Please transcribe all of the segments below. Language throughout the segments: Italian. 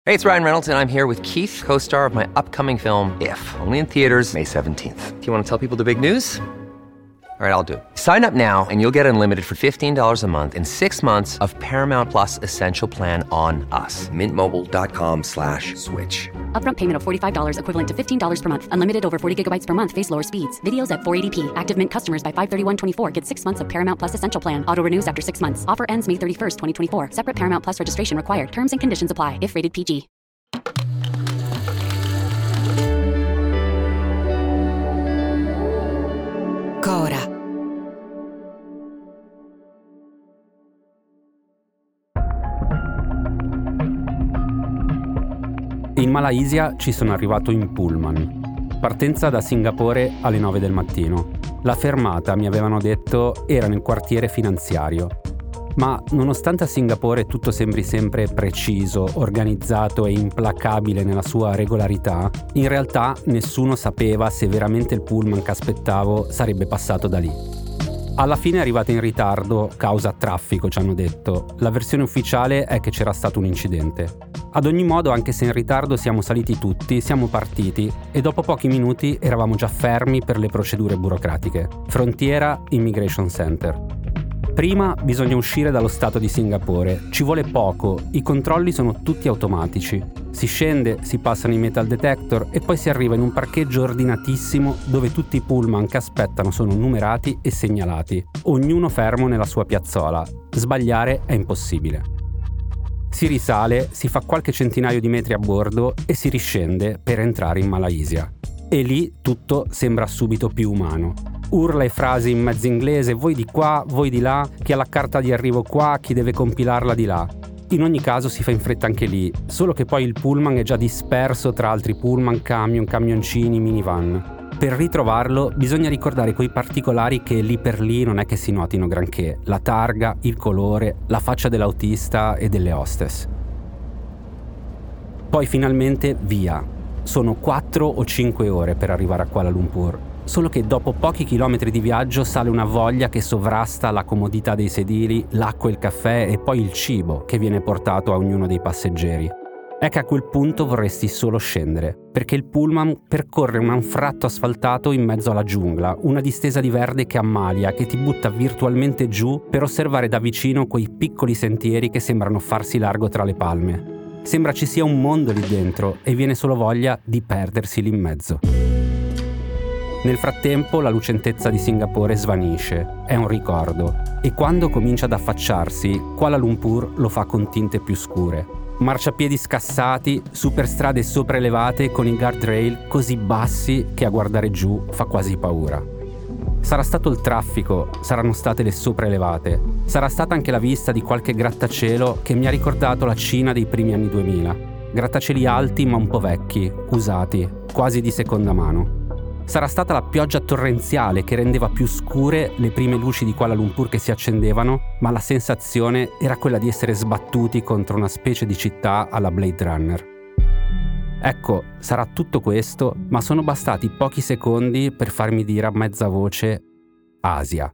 Hey, it's Ryan Reynolds, and I'm here with Keith, co-star of my upcoming film, If, only in theaters May 17th. Do you want to tell people the big news? All right, I'll do it. Sign up now and you'll get unlimited for $15 a month and 6 months of Paramount Plus Essential Plan on us. MintMobile.com/switch. Upfront payment of $45 equivalent to $15 per month. Unlimited over 40 gigabytes per month. Face lower speeds. Videos at 480p. Active Mint customers by 531.24 get 6 months of Paramount Plus Essential Plan. Auto renews after 6 months. Offer ends May 31st, 2024. Separate Paramount Plus registration required. Terms and conditions apply if rated PG. Cora. In Malaysia ci sono arrivato in pullman. Partenza da Singapore alle 9 del mattino. La fermata, mi avevano detto, era nel quartiere finanziario. Ma nonostante a Singapore tutto sembri sempre preciso, organizzato e implacabile nella sua regolarità, in realtà nessuno sapeva se veramente il pullman che aspettavo sarebbe passato da lì. Alla fine è arrivata in ritardo causa traffico, ci hanno detto. La versione ufficiale è che c'era stato un incidente. Ad ogni modo, anche se in ritardo siamo saliti tutti, siamo partiti e dopo pochi minuti eravamo già fermi per le procedure burocratiche. Frontiera Immigration Center. Prima bisogna uscire dallo stato di Singapore, ci vuole poco, i controlli sono tutti automatici. Si scende, si passano i metal detector e poi si arriva in un parcheggio ordinatissimo dove tutti i pullman che aspettano sono numerati e segnalati, ognuno fermo nella sua piazzola. Sbagliare è impossibile. Si risale, si fa qualche centinaio di metri a bordo e si riscende per entrare in Malaysia. E lì tutto sembra subito più umano. Urla e frasi in mezzo inglese, voi di qua, voi di là, chi ha la carta di arrivo qua, chi deve compilarla di là. In ogni caso si fa in fretta anche lì, solo che poi il pullman è già disperso tra altri pullman, camion, camioncini, minivan. Per ritrovarlo bisogna ricordare quei particolari che lì per lì non è che si notino granché, la targa, il colore, la faccia dell'autista e delle hostess. Poi finalmente via. Sono 4 o 5 ore per arrivare a Kuala Lumpur. Solo che dopo pochi chilometri di viaggio sale una voglia che sovrasta la comodità dei sedili, l'acqua e il caffè e poi il cibo che viene portato a ognuno dei passeggeri. È che a quel punto vorresti solo scendere, perché il pullman percorre un anfratto asfaltato in mezzo alla giungla, una distesa di verde che ammalia, che ti butta virtualmente giù per osservare da vicino quei piccoli sentieri che sembrano farsi largo tra le palme. Sembra ci sia un mondo lì dentro e viene solo voglia di perdersi lì in mezzo. Nel frattempo la lucentezza di Singapore svanisce, è un ricordo, e quando comincia ad affacciarsi, Kuala Lumpur lo fa con tinte più scure. Marciapiedi scassati, superstrade sopraelevate con i guardrail così bassi che a guardare giù fa quasi paura. Sarà stato il traffico, saranno state le sopraelevate, sarà stata anche la vista di qualche grattacielo che mi ha ricordato la Cina dei primi anni 2000. Grattacieli alti ma un po' vecchi, usati, quasi di seconda mano. Sarà stata la pioggia torrenziale che rendeva più scure le prime luci di Kuala Lumpur che si accendevano, ma la sensazione era quella di essere sbattuti contro una specie di città alla Blade Runner. Ecco, sarà tutto questo, ma sono bastati pochi secondi per farmi dire a mezza voce Asia.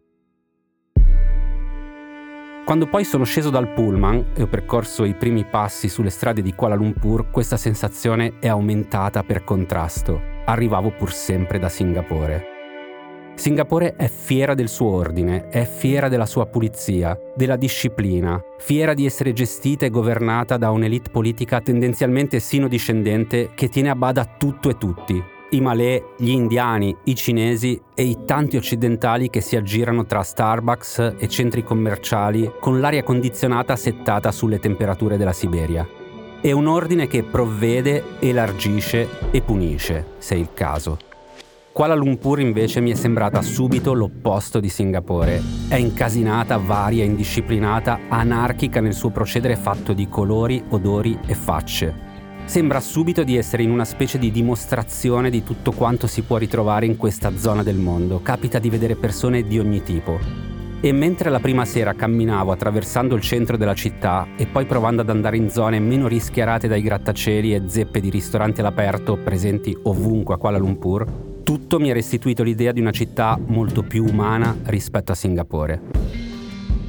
Quando poi sono sceso dal pullman e ho percorso i primi passi sulle strade di Kuala Lumpur, questa sensazione è aumentata per contrasto. Arrivavo pur sempre da Singapore. Singapore è fiera del suo ordine, è fiera della sua pulizia, della disciplina, fiera di essere gestita e governata da un'elite politica tendenzialmente sino-discendente che tiene a bada tutto e tutti. I malè, gli indiani, i cinesi e i tanti occidentali che si aggirano tra Starbucks e centri commerciali con l'aria condizionata settata sulle temperature della Siberia. È un ordine che provvede, elargisce e punisce, se è il caso. Kuala Lumpur invece mi è sembrata subito l'opposto di Singapore. È incasinata, varia, indisciplinata, anarchica nel suo procedere fatto di colori, odori e facce. Sembra subito di essere in una specie di dimostrazione di tutto quanto si può ritrovare in questa zona del mondo. Capita di vedere persone di ogni tipo. E mentre la prima sera camminavo attraversando il centro della città e poi provando ad andare in zone meno rischiarate dai grattacieli e zeppe di ristoranti all'aperto presenti ovunque a Kuala Lumpur, tutto mi ha restituito l'idea di una città molto più umana rispetto a Singapore.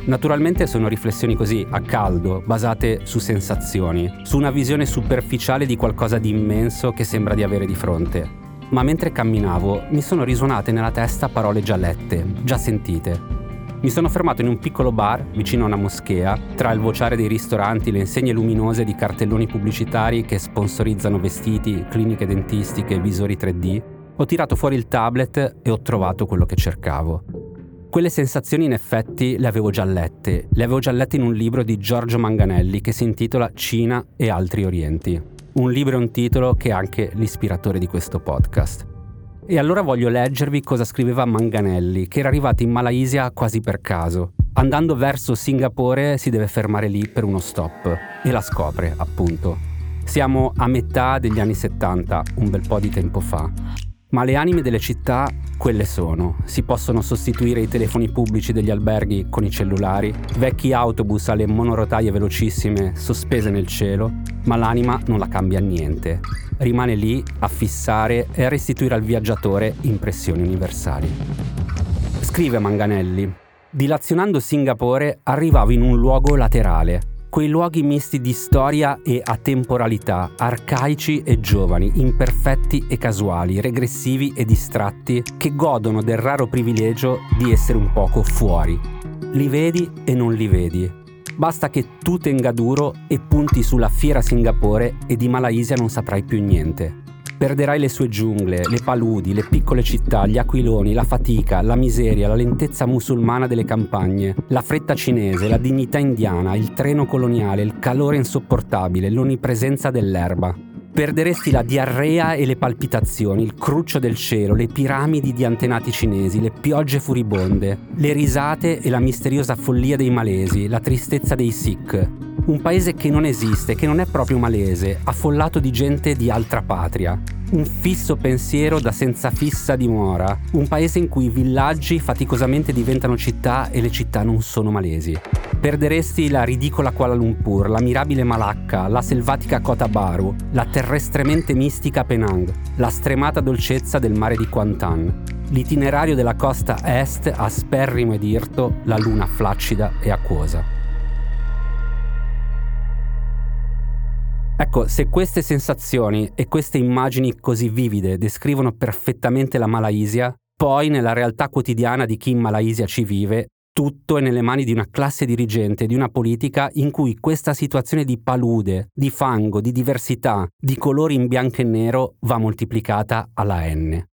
Naturalmente sono riflessioni così, a caldo, basate su sensazioni, su una visione superficiale di qualcosa di immenso che sembra di avere di fronte. Ma mentre camminavo mi sono risuonate nella testa parole già lette, già sentite. Mi sono fermato in un piccolo bar vicino a una moschea, tra il vociare dei ristoranti, le insegne luminose di cartelloni pubblicitari che sponsorizzano vestiti, cliniche dentistiche, visori 3D. Ho tirato fuori il tablet e ho trovato quello che cercavo. Quelle sensazioni in effetti le avevo già lette in un libro di Giorgio Manganelli che si intitola Cina e altri Orienti. Un libro e un titolo che è anche l'ispiratore di questo podcast. E allora voglio leggervi cosa scriveva Manganelli, che era arrivato in Malaysia quasi per caso. Andando verso Singapore si deve fermare lì per uno stop e la scopre, appunto. Siamo a metà degli anni 70, un bel po' di tempo fa. Ma le anime delle città, quelle sono. Si possono sostituire i telefoni pubblici degli alberghi con i cellulari, vecchi autobus alle monorotaie velocissime sospese nel cielo, ma l'anima non la cambia niente. Rimane lì a fissare e a restituire al viaggiatore impressioni universali. Scrive Manganelli: dilazionando Singapore arrivavo in un luogo laterale. Quei luoghi misti di storia e atemporalità, arcaici e giovani, imperfetti e casuali, regressivi e distratti, che godono del raro privilegio di essere un poco fuori. Li vedi e non li vedi. Basta che tu tenga duro e punti sulla fiera Singapore e di Malaysia non saprai più niente. Perderai le sue giungle, le paludi, le piccole città, gli aquiloni, la fatica, la miseria, la lentezza musulmana delle campagne, la fretta cinese, la dignità indiana, il treno coloniale, il calore insopportabile, l'onnipresenza dell'erba. Perderesti la diarrea e le palpitazioni, il cruccio del cielo, le piramidi di antenati cinesi, le piogge furibonde, le risate e la misteriosa follia dei malesi, la tristezza dei Sikh. Un paese che non esiste, che non è proprio malese, affollato di gente di altra patria. Un fisso pensiero da senza fissa dimora. Un paese in cui i villaggi faticosamente diventano città e le città non sono malesi. Perderesti la ridicola Kuala Lumpur, la mirabile Malacca, la selvatica Kota Bharu, la terrestremente mistica Penang, la stremata dolcezza del mare di Kuantan, l'itinerario della costa est asperrimo ed irto, la luna flaccida e acquosa. Ecco, se queste sensazioni e queste immagini così vivide descrivono perfettamente la Malaysia, poi nella realtà quotidiana di chi in Malaysia ci vive, tutto è nelle mani di una classe dirigente, di una politica in cui questa situazione di palude, di fango, di diversità, di colori in bianco e nero va moltiplicata alla N.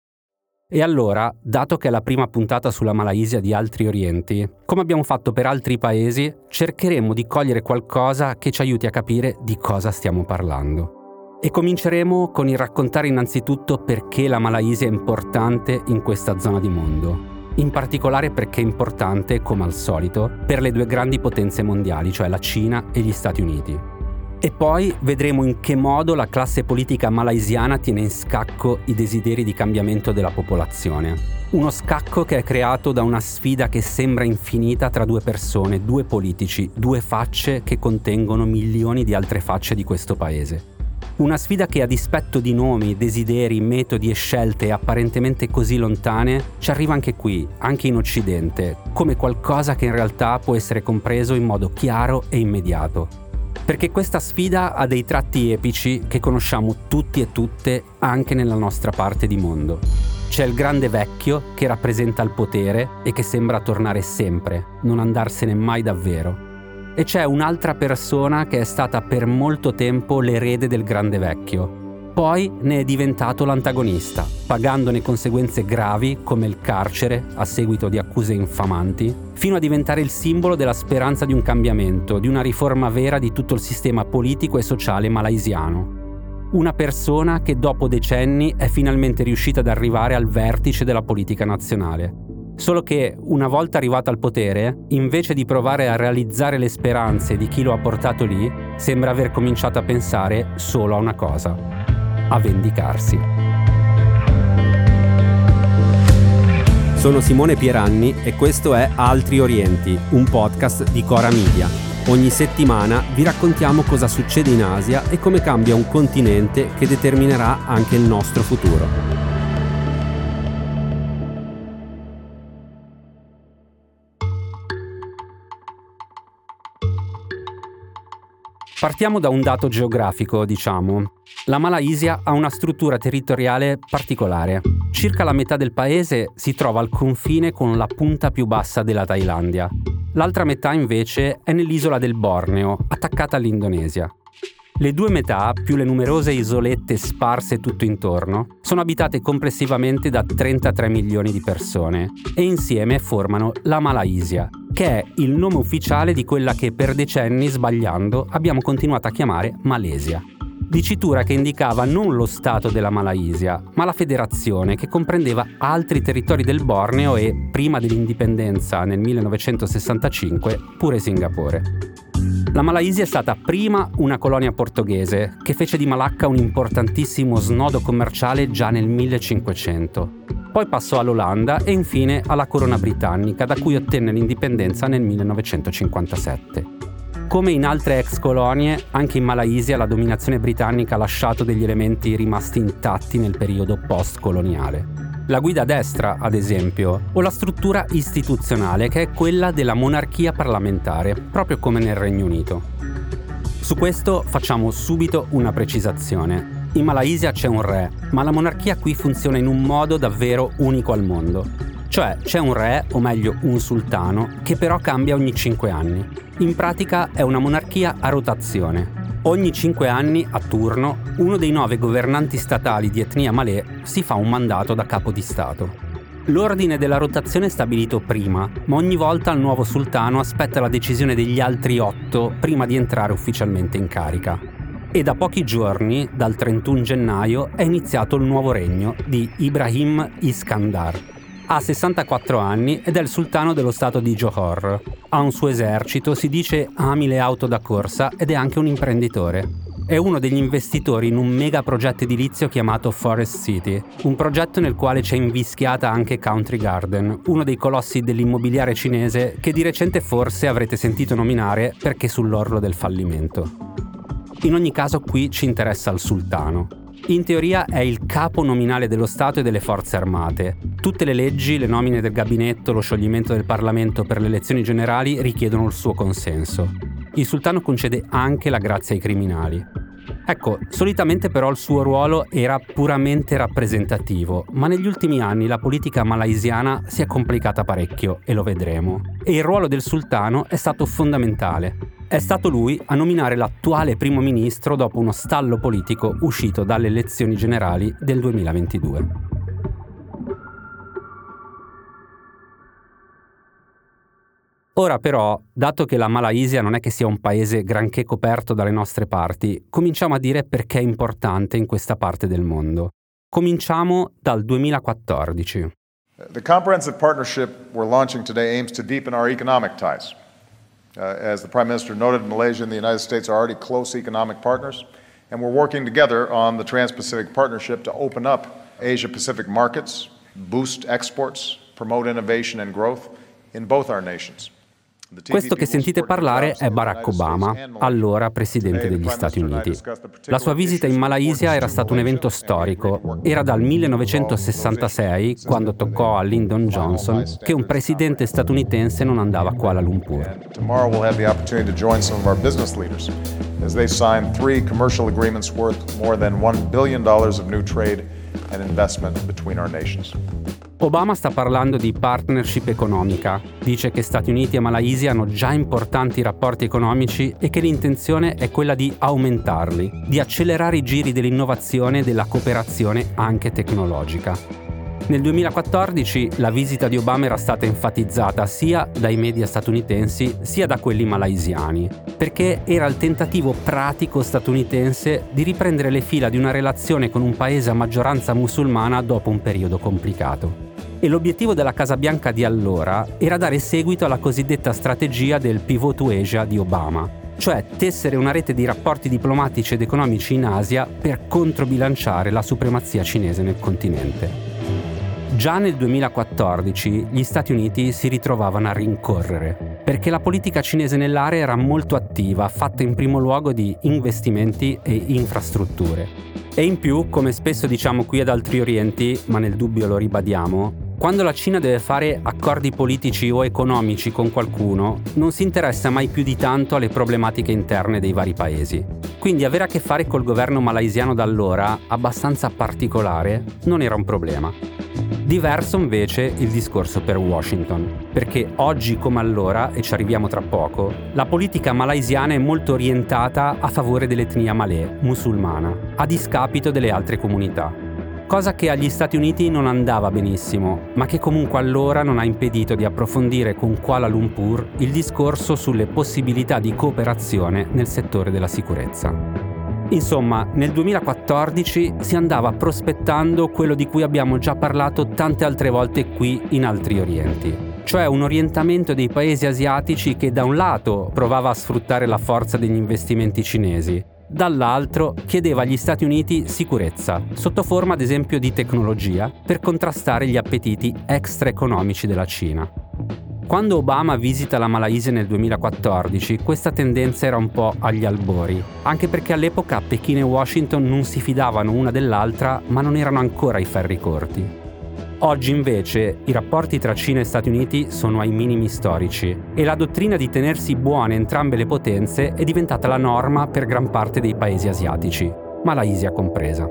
E allora, dato che è la prima puntata sulla Malaysia di Altri Orienti, come abbiamo fatto per altri paesi, cercheremo di cogliere qualcosa che ci aiuti a capire di cosa stiamo parlando. E cominceremo con il raccontare innanzitutto perché la Malaysia è importante in questa zona di mondo. In particolare perché è importante, come al solito, per le due grandi potenze mondiali, cioè la Cina e gli Stati Uniti. E poi vedremo in che modo la classe politica malaysiana tiene in scacco i desideri di cambiamento della popolazione. Uno scacco che è creato da una sfida che sembra infinita tra due persone, due politici, due facce che contengono milioni di altre facce di questo paese. Una sfida che a dispetto di nomi, desideri, metodi e scelte apparentemente così lontane, ci arriva anche qui, anche in Occidente, come qualcosa che in realtà può essere compreso in modo chiaro e immediato. Perché questa sfida ha dei tratti epici che conosciamo tutti e tutte anche nella nostra parte di mondo. C'è il grande vecchio che rappresenta il potere e che sembra tornare sempre, non andarsene mai davvero. E c'è un'altra persona che è stata per molto tempo l'erede del grande vecchio. Poi ne è diventato l'antagonista, pagandone conseguenze gravi come il carcere a seguito di accuse infamanti, fino a diventare il simbolo della speranza di un cambiamento, di una riforma vera di tutto il sistema politico e sociale malaysiano. Una persona che dopo decenni è finalmente riuscita ad arrivare al vertice della politica nazionale. Solo che, una volta arrivato al potere, invece di provare a realizzare le speranze di chi lo ha portato lì, sembra aver cominciato a pensare solo a una cosa: a vendicarsi. Sono Simone Pieranni e questo è Altri Orienti, un podcast di Cora Media. Ogni settimana vi raccontiamo cosa succede in Asia e come cambia un continente che determinerà anche il nostro futuro. Partiamo da un dato geografico, diciamo. La Malaysia ha una struttura territoriale particolare. Circa la metà del paese si trova al confine con la punta più bassa della Thailandia. L'altra metà invece è nell'isola del Borneo, attaccata all'Indonesia. Le due metà, più le numerose isolette sparse tutto intorno, sono abitate complessivamente da 33 milioni di persone e insieme formano la Malaysia, che è il nome ufficiale di quella che per decenni, sbagliando, abbiamo continuato a chiamare Malesia. Dicitura che indicava non lo stato della Malaysia, ma la federazione che comprendeva altri territori del Borneo e, prima dell'indipendenza nel 1965, pure Singapore. La Malaysia è stata prima una colonia portoghese, che fece di Malacca un importantissimo snodo commerciale già nel 1500. Poi passò all'Olanda e infine alla corona britannica, da cui ottenne l'indipendenza nel 1957. Come in altre ex colonie, anche in Malaysia la dominazione britannica ha lasciato degli elementi rimasti intatti nel periodo post-coloniale. La guida a destra, ad esempio, o la struttura istituzionale, che è quella della monarchia parlamentare, proprio come nel Regno Unito. Su questo facciamo subito una precisazione. In Malaysia c'è un re, ma la monarchia qui funziona in un modo davvero unico al mondo. Cioè c'è un re, o meglio un sultano, che però cambia ogni 5 anni. In pratica è una monarchia a rotazione. Ogni 5 anni, a turno, uno dei 9 governanti statali di etnia malè si fa un mandato da capo di Stato. L'ordine della rotazione è stabilito prima, ma ogni volta il nuovo sultano aspetta la decisione degli altri 8 prima di entrare ufficialmente in carica. E da pochi giorni, dal 31 gennaio, è iniziato il nuovo regno di Ibrahim Iskandar. Ha 64 anni ed è il sultano dello stato di Johor. Ha un suo esercito, si dice ami le auto da corsa ed è anche un imprenditore. È uno degli investitori in un mega progetto edilizio chiamato Forest City, un progetto nel quale c'è invischiata anche Country Garden, uno dei colossi dell'immobiliare cinese che di recente forse avrete sentito nominare perché è sull'orlo del fallimento. In ogni caso qui ci interessa il sultano. In teoria è il capo nominale dello Stato e delle forze armate. Tutte le leggi, le nomine del gabinetto, lo scioglimento del Parlamento per le elezioni generali richiedono il suo consenso. Il sultano concede anche la grazia ai criminali. Ecco, solitamente però il suo ruolo era puramente rappresentativo, ma negli ultimi anni la politica malaysiana si è complicata parecchio, e lo vedremo. E il ruolo del sultano è stato fondamentale. È stato lui a nominare l'attuale primo ministro dopo uno stallo politico uscito dalle elezioni generali del 2022. Ora però, dato che la Malaysia non è che sia un paese granché coperto dalle nostre parti, cominciamo a dire perché è importante in questa parte del mondo. Cominciamo dal 2014. The comprehensive partnership we're launching today aims to deepen our economic ties. As the Prime Minister noted, Malaysia and the United States are already close economic partners, and we're working together on the Trans-Pacific Partnership to open up Asia-Pacific markets, boost exports, promote innovation and growth in both our nations. Questo che sentite parlare è Barack Obama, allora presidente degli Stati Uniti. La sua visita in Malaysia era stato un evento storico. Era dal 1966, quando toccò a Lyndon Johnson, che un presidente statunitense non andava a Kuala Lumpur. Tomorrow we'll have the opportunity to join some of our business leaders as they sign 3 commercial agreements worth more than $1 billion of new trade and investment between our nations. Obama sta parlando di partnership economica, dice che Stati Uniti e Malaysia hanno già importanti rapporti economici e che l'intenzione è quella di aumentarli, di accelerare i giri dell'innovazione e della cooperazione anche tecnologica. Nel 2014 la visita di Obama era stata enfatizzata sia dai media statunitensi sia da quelli malaysiani, perché era il tentativo pratico statunitense di riprendere le fila di una relazione con un paese a maggioranza musulmana dopo un periodo complicato. E l'obiettivo della Casa Bianca di allora era dare seguito alla cosiddetta strategia del Pivot to Asia di Obama, cioè tessere una rete di rapporti diplomatici ed economici in Asia per controbilanciare la supremazia cinese nel continente. Già nel 2014 gli Stati Uniti si ritrovavano a rincorrere, perché la politica cinese nell'area era molto attiva, fatta in primo luogo di investimenti e infrastrutture. E in più, come spesso diciamo qui ad Altri Orienti, ma nel dubbio lo ribadiamo, Quando la Cina deve fare accordi politici o economici con qualcuno, non si interessa mai più di tanto alle problematiche interne dei vari paesi. Quindi avere a che fare col governo malaysiano da allora, abbastanza particolare, non era un problema. Diverso invece il discorso per Washington, perché oggi come allora, e ci arriviamo tra poco, la politica malaysiana è molto orientata a favore dell'etnia malè, musulmana, a discapito delle altre comunità. Cosa che agli Stati Uniti non andava benissimo, ma che comunque allora non ha impedito di approfondire con Kuala Lumpur il discorso sulle possibilità di cooperazione nel settore della sicurezza. Insomma, nel 2014 si andava prospettando quello di cui abbiamo già parlato tante altre volte qui in Altri Orienti, cioè un orientamento dei paesi asiatici che da un lato provava a sfruttare la forza degli investimenti cinesi, dall'altro chiedeva agli Stati Uniti sicurezza, sotto forma ad esempio di tecnologia, per contrastare gli appetiti extraeconomici della Cina. Quando Obama visita la Malaysia nel 2014, questa tendenza era un po' agli albori, anche perché all'epoca Pechino e Washington non si fidavano una dell'altra, ma non erano ancora ai ferri corti. Oggi invece i rapporti tra Cina e Stati Uniti sono ai minimi storici e la dottrina di tenersi buone entrambe le potenze è diventata la norma per gran parte dei paesi asiatici, Malaysia compresa.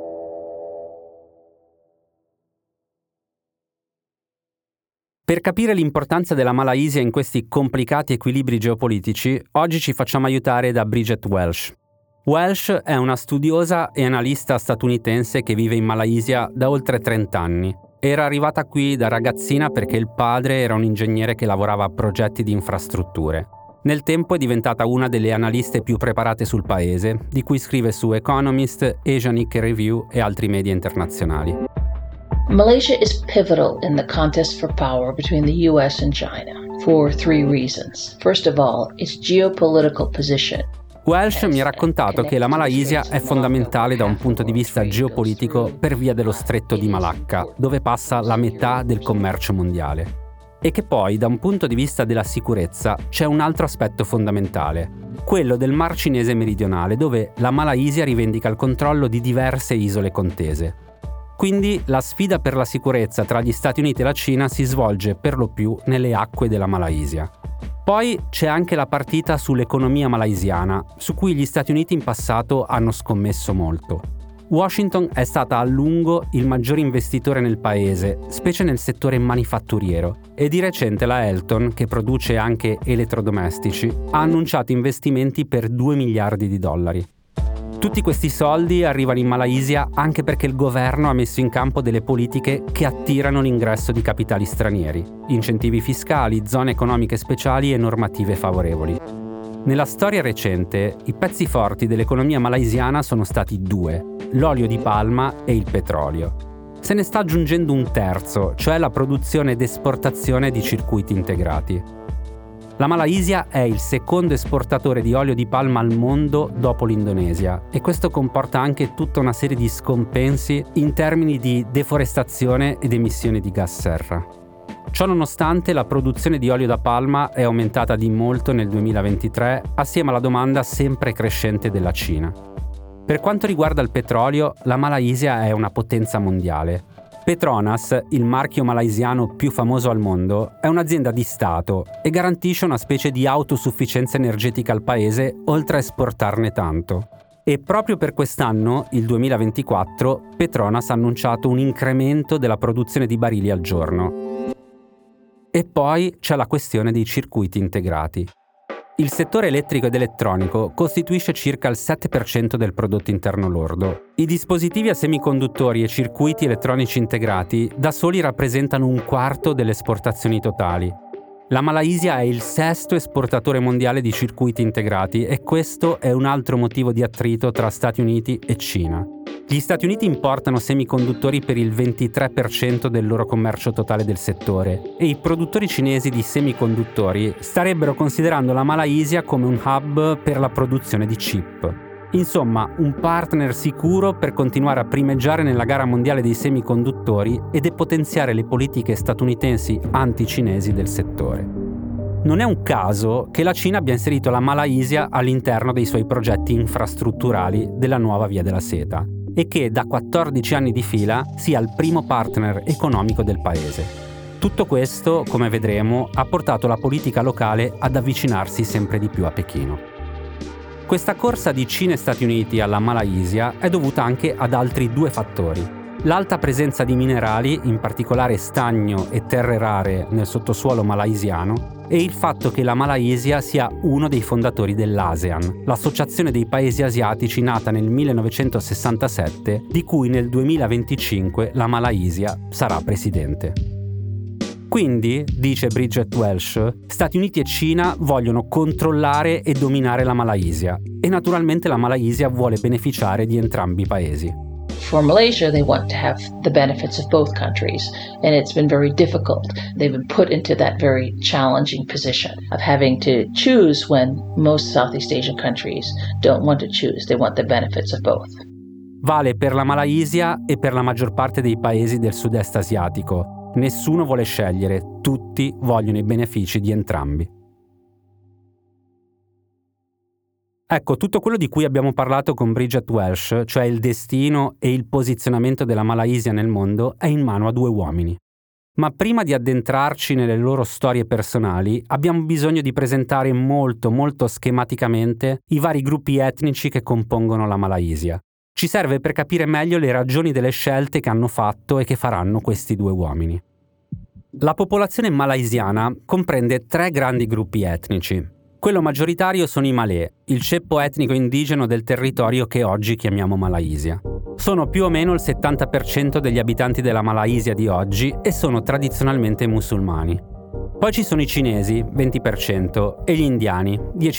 Per capire l'importanza della Malaysia in questi complicati equilibri geopolitici, oggi ci facciamo aiutare da Bridget Welsh. Welsh è una studiosa e analista statunitense che vive in Malaysia da oltre 30 anni. Era arrivata qui da ragazzina perché il padre era un ingegnere che lavorava a progetti di infrastrutture. Nel tempo è diventata una delle analiste più preparate sul paese, di cui scrive su Economist, Asianic Review e altri media internazionali. Malaysia is pivotal in the contest for power between the US and China for 3 reasons. First of all, its geopolitical position. Welsh mi ha raccontato che la Malaysia è fondamentale da un punto di vista geopolitico per via dello stretto di Malacca, dove passa la metà del commercio mondiale. E che poi, da un punto di vista della sicurezza, c'è un altro aspetto fondamentale, quello del Mar Cinese meridionale, dove la Malaysia rivendica il controllo di diverse isole contese. Quindi la sfida per la sicurezza tra gli Stati Uniti e la Cina si svolge per lo più nelle acque della Malaysia. Poi c'è anche la partita sull'economia malaysiana, su cui gli Stati Uniti in passato hanno scommesso molto. Washington è stata a lungo il maggior investitore nel paese, specie nel settore manifatturiero, e di recente la Elton, che produce anche elettrodomestici, ha annunciato investimenti per $2 miliardi. Tutti questi soldi arrivano in Malaysia anche perché il governo ha messo in campo delle politiche che attirano l'ingresso di capitali stranieri, incentivi fiscali, zone economiche speciali e normative favorevoli. Nella storia recente, i pezzi forti dell'economia malaysiana sono stati 2, l'olio di palma e il petrolio. Se ne sta aggiungendo un terzo, cioè la produzione ed esportazione di circuiti integrati. La Malaysia è il secondo esportatore di olio di palma al mondo dopo l'Indonesia e questo comporta anche tutta una serie di scompensi in termini di deforestazione ed emissioni di gas serra. Ciò nonostante, la produzione di olio da palma è aumentata di molto nel 2023 assieme alla domanda sempre crescente della Cina. Per quanto riguarda il petrolio, la Malaysia è una potenza mondiale. Petronas, il marchio malaysiano più famoso al mondo, è un'azienda di Stato e garantisce una specie di autosufficienza energetica al paese, oltre a esportarne tanto. E proprio per quest'anno, il 2024, Petronas ha annunciato un incremento della produzione di barili al giorno. E poi c'è la questione dei circuiti integrati. Il settore elettrico ed elettronico costituisce circa il 7% del prodotto interno lordo. I dispositivi a semiconduttori e circuiti elettronici integrati da soli rappresentano 1/4 delle esportazioni totali. La Malaysia è il 6º esportatore mondiale di circuiti integrati e questo è un altro motivo di attrito tra Stati Uniti e Cina. Gli Stati Uniti importano semiconduttori per il 23% del loro commercio totale del settore e i produttori cinesi di semiconduttori starebbero considerando la Malaysia come un hub per la produzione di chip. Insomma, un partner sicuro per continuare a primeggiare nella gara mondiale dei semiconduttori e depotenziare le politiche statunitensi anti-cinesi del settore. Non è un caso che la Cina abbia inserito la Malaysia all'interno dei suoi progetti infrastrutturali della nuova Via della Seta. e che da 14 anni di fila sia il primo partner economico del paese. Tutto questo, come vedremo, ha portato la politica locale ad avvicinarsi sempre di più a Pechino. Questa corsa di Cina e Stati Uniti alla Malaysia è dovuta anche ad altri due fattori. L'alta presenza di minerali, in particolare stagno e terre rare nel sottosuolo malaysiano, e il fatto che la Malaysia sia uno dei fondatori dell'ASEAN, l'associazione dei paesi asiatici nata nel 1967, di cui nel 2025 la Malaysia sarà presidente. Quindi, dice Bridget Welsh, Stati Uniti e Cina vogliono controllare e dominare la Malaysia e naturalmente la Malaysia vuole beneficiare di entrambi i paesi. For Malaysia, they want to have the benefits of both countries, and it's been very difficult. They've been put into that very challenging position of having to choose when most Southeast Asian countries don't want to choose. They want the benefits of both. Vale per la Malaysia e per la maggior parte dei paesi del sud-est asiatico. Nessuno vuole scegliere, tutti vogliono i benefici di entrambi. Ecco, tutto quello di cui abbiamo parlato con Bridget Welsh, cioè il destino e il posizionamento della Malaysia nel mondo, è in mano a due uomini. Ma prima di addentrarci nelle loro storie personali, abbiamo bisogno di presentare molto schematicamente i vari gruppi etnici che compongono la Malaysia. Ci serve per capire meglio le ragioni delle scelte che hanno fatto e che faranno questi due uomini. La popolazione malaysiana comprende 3 grandi gruppi etnici. Quello maggioritario sono i Malè, il ceppo etnico indigeno del territorio che oggi chiamiamo Malaysia. Sono più o meno il 70% degli abitanti della Malaysia di oggi e sono tradizionalmente musulmani. Poi ci sono i cinesi, 20%, e gli indiani,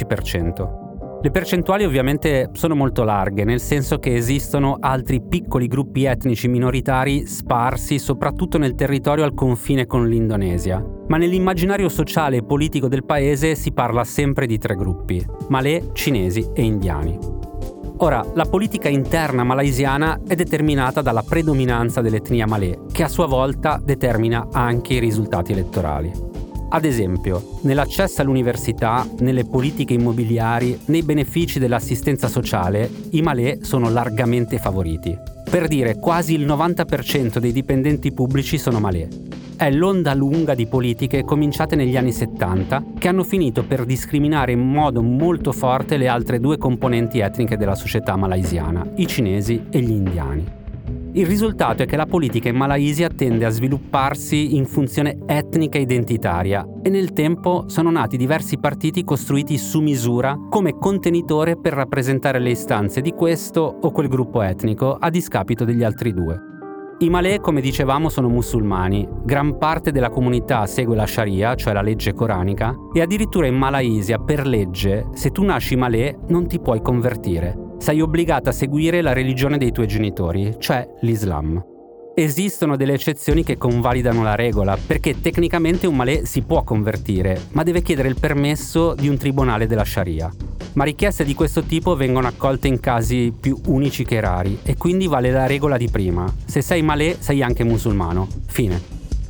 10%. Le percentuali ovviamente sono molto larghe, nel senso che esistono altri piccoli gruppi etnici minoritari sparsi soprattutto nel territorio al confine con l'Indonesia. Ma nell'immaginario sociale e politico del paese si parla sempre di 3 gruppi: Malè, cinesi e indiani. Ora, la politica interna malaysiana è determinata dalla predominanza dell'etnia Malè, che a sua volta determina anche i risultati elettorali. Ad esempio, nell'accesso all'università, nelle politiche immobiliari, nei benefici dell'assistenza sociale, i Malè sono largamente favoriti. Per dire, quasi il 90% dei dipendenti pubblici sono Malè. È l'onda lunga di politiche cominciate negli anni 70 che hanno finito per discriminare in modo molto forte le altre 2 componenti etniche della società malaysiana, i cinesi e gli indiani. Il risultato è che la politica in Malaysia tende a svilupparsi in funzione etnica e identitaria e nel tempo sono nati diversi partiti costruiti su misura come contenitore per rappresentare le istanze di questo o quel gruppo etnico a discapito degli altri 2. I Malè, come dicevamo, sono musulmani, gran parte della comunità segue la Sharia, cioè la legge coranica, e addirittura in Malaysia per legge, se tu nasci Malè non ti puoi convertire. Sei obbligata a seguire la religione dei tuoi genitori, cioè l'Islam. Esistono delle eccezioni che convalidano la regola, perché tecnicamente un Malè si può convertire, ma deve chiedere il permesso di un tribunale della Sharia. Ma richieste di questo tipo vengono accolte in casi più unici che rari, e quindi vale la regola di prima: se sei Malè sei anche musulmano. Fine.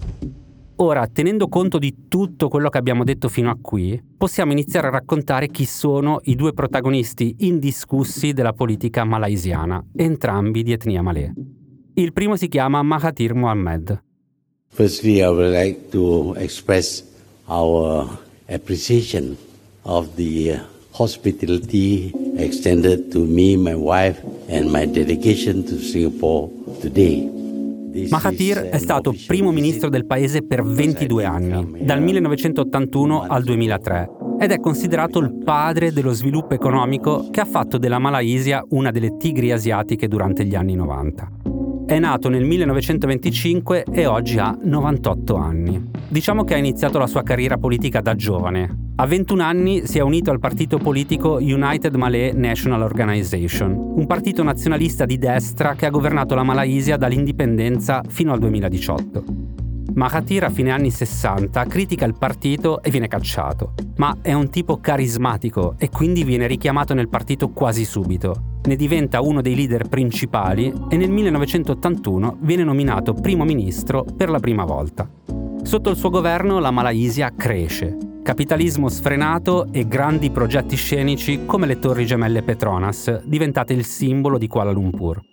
Ora, tenendo conto di tutto quello che abbiamo detto fino a qui, possiamo iniziare a raccontare chi sono i 2 protagonisti indiscussi della politica malaysiana, entrambi di etnia Malè. Il primo si chiama Mahathir Mohamad. Firstly, I would like to express our appreciation of the hospitality extended to me, my wife, and my delegation to Singapore today. Mahathir è stato primo ministro del paese per 22 anni, dal 1981 al 2003, ed è considerato il padre dello sviluppo economico che ha fatto della Malaysia una delle tigri asiatiche durante gli anni 90. È nato nel 1925 e oggi ha 98 anni. Diciamo che ha iniziato la sua carriera politica da giovane. A 21 anni si è unito al partito politico United Malay National Organization, un partito nazionalista di destra che ha governato la Malaysia dall'indipendenza fino al 2018. Mahathir a fine anni 60 critica il partito e viene cacciato, ma è un tipo carismatico e quindi viene richiamato nel partito quasi subito. Ne diventa uno dei leader principali e nel 1981 viene nominato primo ministro per la prima volta. Sotto il suo governo la Malaysia cresce. Capitalismo sfrenato e grandi progetti scenici come le Torri Gemelle Petronas, diventate il simbolo di Kuala Lumpur.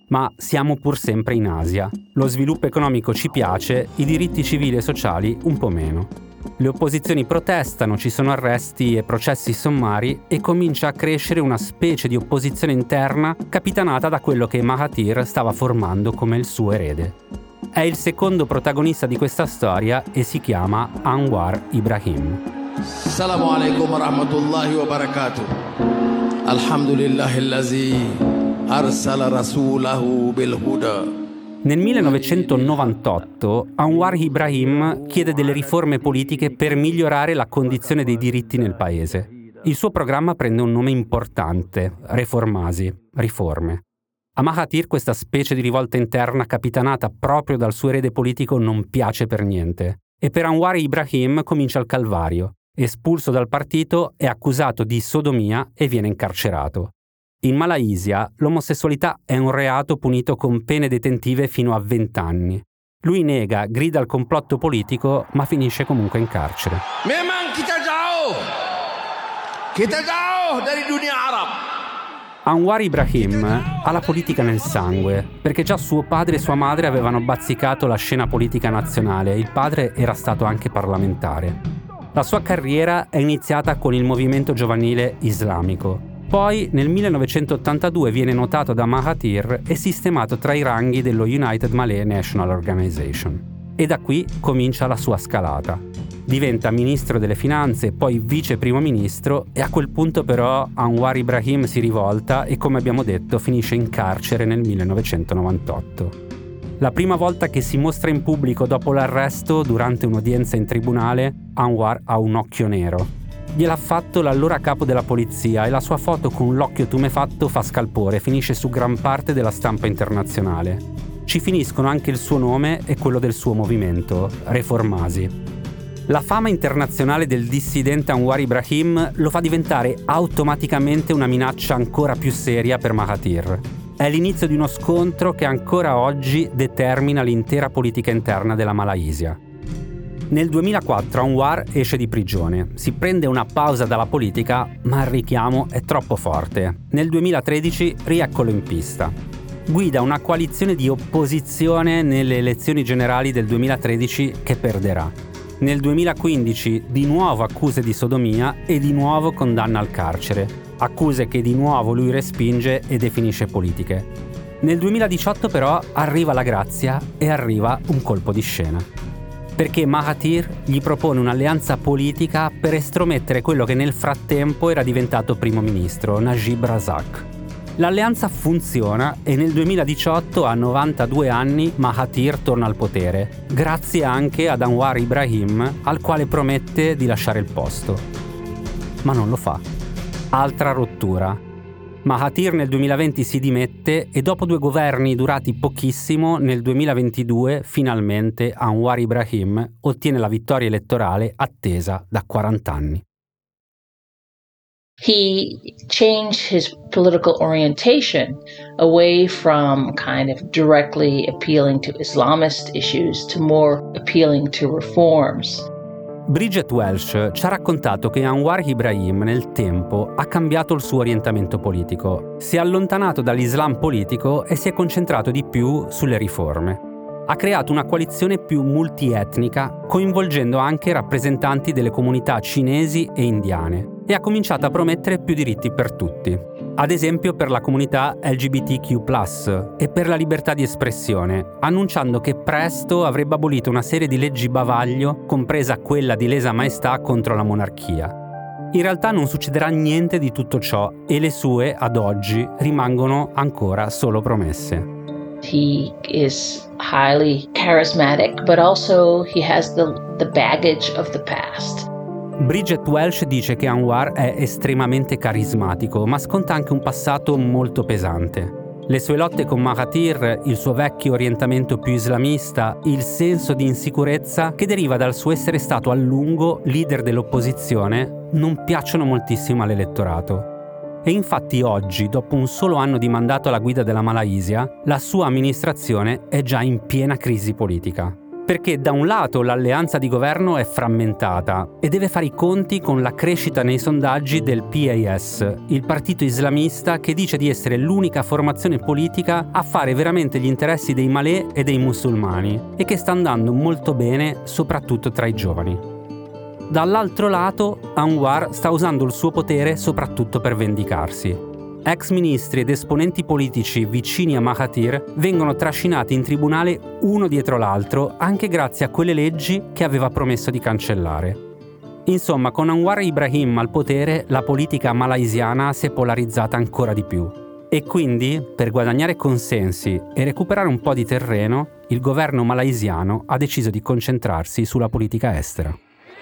Ma siamo pur sempre in Asia. Lo sviluppo economico ci piace, i diritti civili e sociali un po' meno. Le opposizioni protestano, ci sono arresti e processi sommari e comincia a crescere una specie di opposizione interna capitanata da quello che Mahathir stava formando come il suo erede. È il secondo protagonista di questa storia e si chiama Anwar Ibrahim. Assalamu alaikum wa rahmatullahi wa barakatuh. Alhamdulillahi allazi arsala rasulahu bil huda. Nel 1998 Anwar Ibrahim chiede delle riforme politiche per migliorare la condizione dei diritti nel paese. Il suo programma prende un nome importante, Reformasi, riforme. A Mahathir questa specie di rivolta interna capitanata proprio dal suo erede politico non piace per niente. E per Anwar Ibrahim comincia il calvario. Espulso dal partito, è accusato di sodomia e viene incarcerato. In Malaysia l'omosessualità è un reato punito con pene detentive fino a 20 anni. Lui nega, grida al complotto politico, ma finisce comunque in carcere. Memang kita jauh dari dunia Arab. Anwar Ibrahim ha la politica nel sangue, perché già suo padre e sua madre avevano bazzicato la scena politica nazionale e il padre era stato anche parlamentare. La sua carriera è iniziata con il movimento giovanile islamico. Poi nel 1982 viene notato da Mahathir e sistemato tra i ranghi dello United Malay National Organization. E da qui comincia la sua scalata. Diventa ministro delle finanze, poi vice primo ministro e a quel punto però Anwar Ibrahim si rivolta e, come abbiamo detto, finisce in carcere nel 1998. La prima volta che si mostra in pubblico dopo l'arresto, durante un'udienza in tribunale, Anwar ha un occhio nero. Gliel'ha fatto l'allora capo della polizia e la sua foto con l'occhio tumefatto fa scalpore, finisce su gran parte della stampa internazionale. Ci finiscono anche il suo nome e quello del suo movimento, Reformasi. La fama internazionale del dissidente Anwar Ibrahim lo fa diventare automaticamente una minaccia ancora più seria per Mahathir. È l'inizio di uno scontro che ancora oggi determina l'intera politica interna della Malaysia. Nel 2004 Anwar esce di prigione, si prende una pausa dalla politica, ma il richiamo è troppo forte. Nel 2013 rieccolo in pista. Guida una coalizione di opposizione nelle elezioni generali del 2013 che perderà. Nel 2015 di nuovo accuse di sodomia e di nuovo condanna al carcere, accuse che di nuovo lui respinge e definisce politiche. Nel 2018 però arriva la grazia e arriva un colpo di scena. Perché Mahathir gli propone un'alleanza politica per estromettere quello che nel frattempo era diventato primo ministro, Najib Razak. L'alleanza funziona e nel 2018, a 92 anni, Mahathir torna al potere, grazie anche ad Anwar Ibrahim, al quale promette di lasciare il posto. Ma non lo fa. Altra rottura. Mahathir nel 2020 si dimette e dopo 2 governi durati pochissimo, nel 2022 finalmente Anwar Ibrahim ottiene la vittoria elettorale attesa da 40 anni. He changed his political orientation away from kind of directly appealing to Islamist issues to more appealing to reforms. Bridget Welsh ci ha raccontato che Anwar Ibrahim nel tempo ha cambiato il suo orientamento politico, si è allontanato dall'Islam politico e si è concentrato di più sulle riforme. Ha creato una coalizione più multietnica, coinvolgendo anche rappresentanti delle comunità cinesi e indiane, e ha cominciato a promettere più diritti per tutti. Ad esempio per la comunità LGBTQ+, e per la libertà di espressione, annunciando che presto avrebbe abolito una serie di leggi bavaglio, compresa quella di lesa maestà contro la monarchia. In realtà non succederà niente di tutto ciò e le sue, ad oggi, rimangono ancora solo promesse. He is highly charismatic, but also he has the baggage of the past. Bridget Welsh dice che Anwar è estremamente carismatico, ma sconta anche un passato molto pesante. Le sue lotte con Mahathir, il suo vecchio orientamento più islamista, il senso di insicurezza che deriva dal suo essere stato a lungo leader dell'opposizione, non piacciono moltissimo all'elettorato. E infatti oggi, dopo un solo anno di mandato alla guida della Malaysia, la sua amministrazione è già in piena crisi politica. Perché da un lato l'alleanza di governo è frammentata e deve fare i conti con la crescita nei sondaggi del PAS, il partito islamista che dice di essere l'unica formazione politica a fare veramente gli interessi dei malè e dei musulmani e che sta andando molto bene soprattutto tra i giovani. Dall'altro lato, Anwar sta usando il suo potere soprattutto per vendicarsi. Ex ministri ed esponenti politici vicini a Mahathir vengono trascinati in tribunale uno dietro l'altro anche grazie a quelle leggi che aveva promesso di cancellare. Insomma, con Anwar Ibrahim al potere, la politica malaysiana si è polarizzata ancora di più. E quindi, per guadagnare consensi e recuperare un po' di terreno, il governo malaysiano ha deciso di concentrarsi sulla politica estera.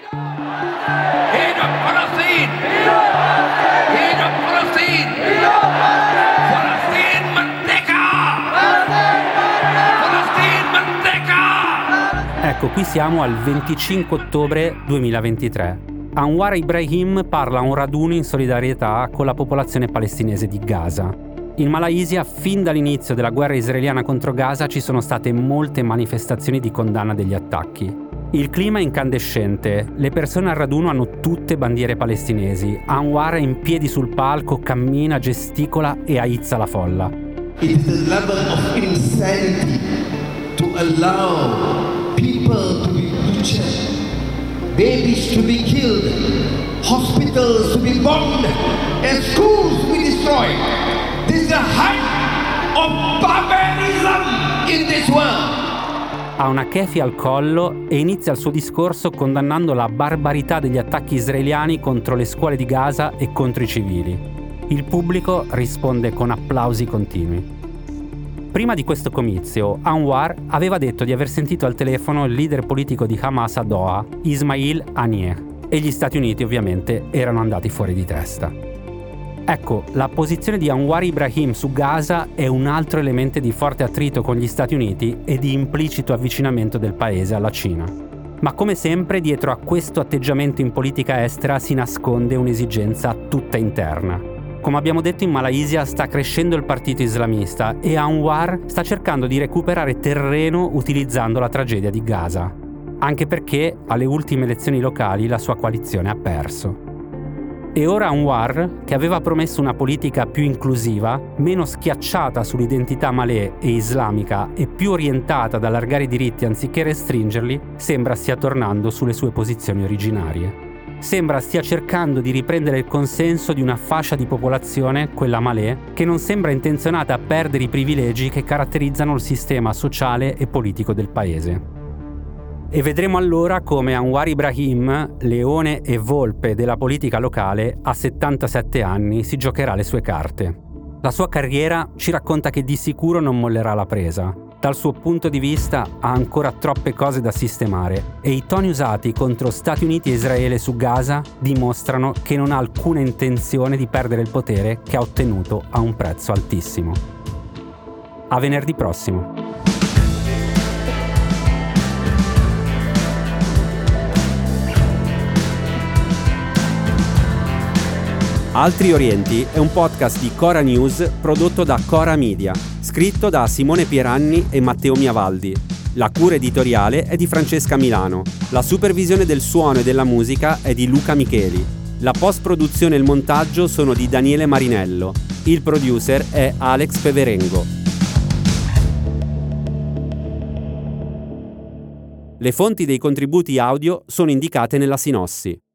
Ecco, qui siamo al 25 ottobre 2023. Anwar Ibrahim parla a un raduno in solidarietà con la popolazione palestinese di Gaza. In Malaysia, fin dall'inizio della guerra israeliana contro Gaza, ci sono state molte manifestazioni di condanna degli attacchi. Il clima è incandescente, le persone al raduno hanno tutte bandiere palestinesi. Anwar è in piedi sul palco, cammina, gesticola e aizza la folla. It is the level of insanity to allow people to be butchered, babies to be killed, hospitals to be bombed, and schools to be destroyed. This is the height of barbarism in this world. Ha una kefia al collo e inizia il suo discorso condannando la barbarità degli attacchi israeliani contro le scuole di Gaza e contro i civili. Il pubblico risponde con applausi continui. Prima di questo comizio, Anwar aveva detto di aver sentito al telefono il leader politico di Hamas a Doha, Ismail Haniyeh, e gli Stati Uniti ovviamente erano andati fuori di testa. Ecco, la posizione di Anwar Ibrahim su Gaza è un altro elemento di forte attrito con gli Stati Uniti e di implicito avvicinamento del paese alla Cina. Ma come sempre, dietro a questo atteggiamento in politica estera si nasconde un'esigenza tutta interna. Come abbiamo detto, in Malaysia sta crescendo il partito islamista e Anwar sta cercando di recuperare terreno utilizzando la tragedia di Gaza. Anche perché alle ultime elezioni locali la sua coalizione ha perso. E ora Anwar, che aveva promesso una politica più inclusiva, meno schiacciata sull'identità malè e islamica e più orientata ad allargare i diritti anziché restringerli, sembra stia tornando sulle sue posizioni originarie. Sembra stia cercando di riprendere il consenso di una fascia di popolazione, quella malè, che non sembra intenzionata a perdere i privilegi che caratterizzano il sistema sociale e politico del paese. E vedremo allora come Anwar Ibrahim, leone e volpe della politica locale, a 77 anni si giocherà le sue carte. La sua carriera ci racconta che di sicuro non mollerà la presa. Dal suo punto di vista ha ancora troppe cose da sistemare e i toni usati contro Stati Uniti e Israele su Gaza dimostrano che non ha alcuna intenzione di perdere il potere che ha ottenuto a un prezzo altissimo. A venerdì prossimo. Altri Orienti è un podcast di Cora News prodotto da Cora Media, scritto da Simone Pieranni e Matteo Miavaldi. La cura editoriale è di Francesca Milano, la supervisione del suono e della musica è di Luca Micheli, la post-produzione e il montaggio sono di Daniele Marinello, il producer è Alex Peverengo. Le fonti dei contributi audio sono indicate nella sinossi.